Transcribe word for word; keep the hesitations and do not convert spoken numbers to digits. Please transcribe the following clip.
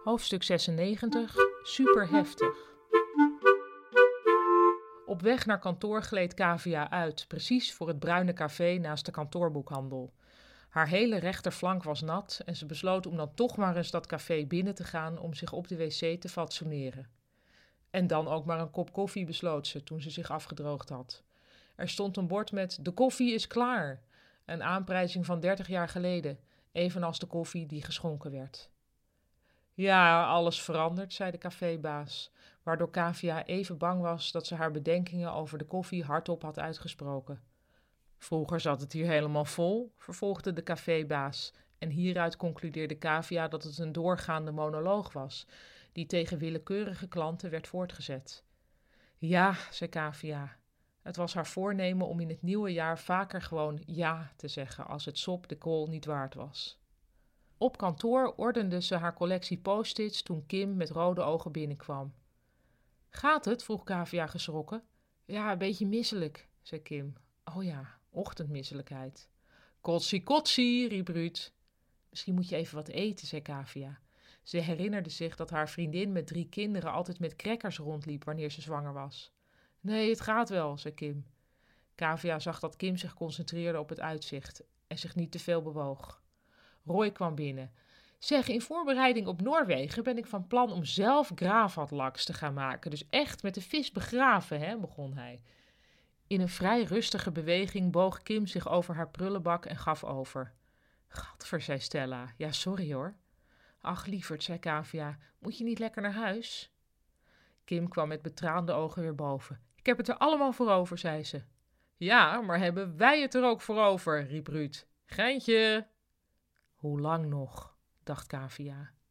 Hoofdstuk zesennegentig, super heftig. Op weg naar kantoor gleed Kavia uit, precies voor het bruine café naast de kantoorboekhandel. Haar hele rechterflank was nat en ze besloot om dan toch maar eens dat café binnen te gaan om zich op de wc te fatsoeneren. En dan ook maar een kop koffie, besloot ze toen ze zich afgedroogd had. Er stond een bord met "de koffie is klaar", een aanprijzing van dertig jaar geleden, evenals de koffie die geschonken werd. Ja, alles verandert, zei de cafébaas, waardoor Kavia even bang was dat ze haar bedenkingen over de koffie hardop had uitgesproken. Vroeger zat het hier helemaal vol, vervolgde de cafébaas, en hieruit concludeerde Kavia dat het een doorgaande monoloog was, die tegen willekeurige klanten werd voortgezet. Ja, zei Kavia. Het was haar voornemen om in het nieuwe jaar vaker gewoon ja te zeggen als het sop de kool niet waard was. Op kantoor ordende ze haar collectie post-its toen Kim met rode ogen binnenkwam. Gaat het? Vroeg Kavia geschrokken. Ja, een beetje misselijk, zei Kim. Oh ja, ochtendmisselijkheid. Kotsie, kotsie, riep Ruud. Misschien moet je even wat eten, zei Kavia. Ze herinnerde zich dat haar vriendin met drie kinderen altijd met crackers rondliep wanneer ze zwanger was. Nee, het gaat wel, zei Kim. Kavia zag dat Kim zich concentreerde op het uitzicht en zich niet te veel bewoog. Roy kwam binnen. Zeg, in voorbereiding op Noorwegen ben ik van plan om zelf graafatlaks te gaan maken. Dus echt met de vis begraven, hè, begon hij. In een vrij rustige beweging boog Kim zich over haar prullenbak en gaf over. Gadver, zei Stella. Ja, sorry hoor. Ach, lieverd, zei Kavia, moet je niet lekker naar huis? Kim kwam met betraande ogen weer boven. Ik heb het er allemaal voor over, zei ze. Ja, maar hebben wij het er ook voor over, riep Ruud. Geintje! Hoe lang nog, dacht Kavia.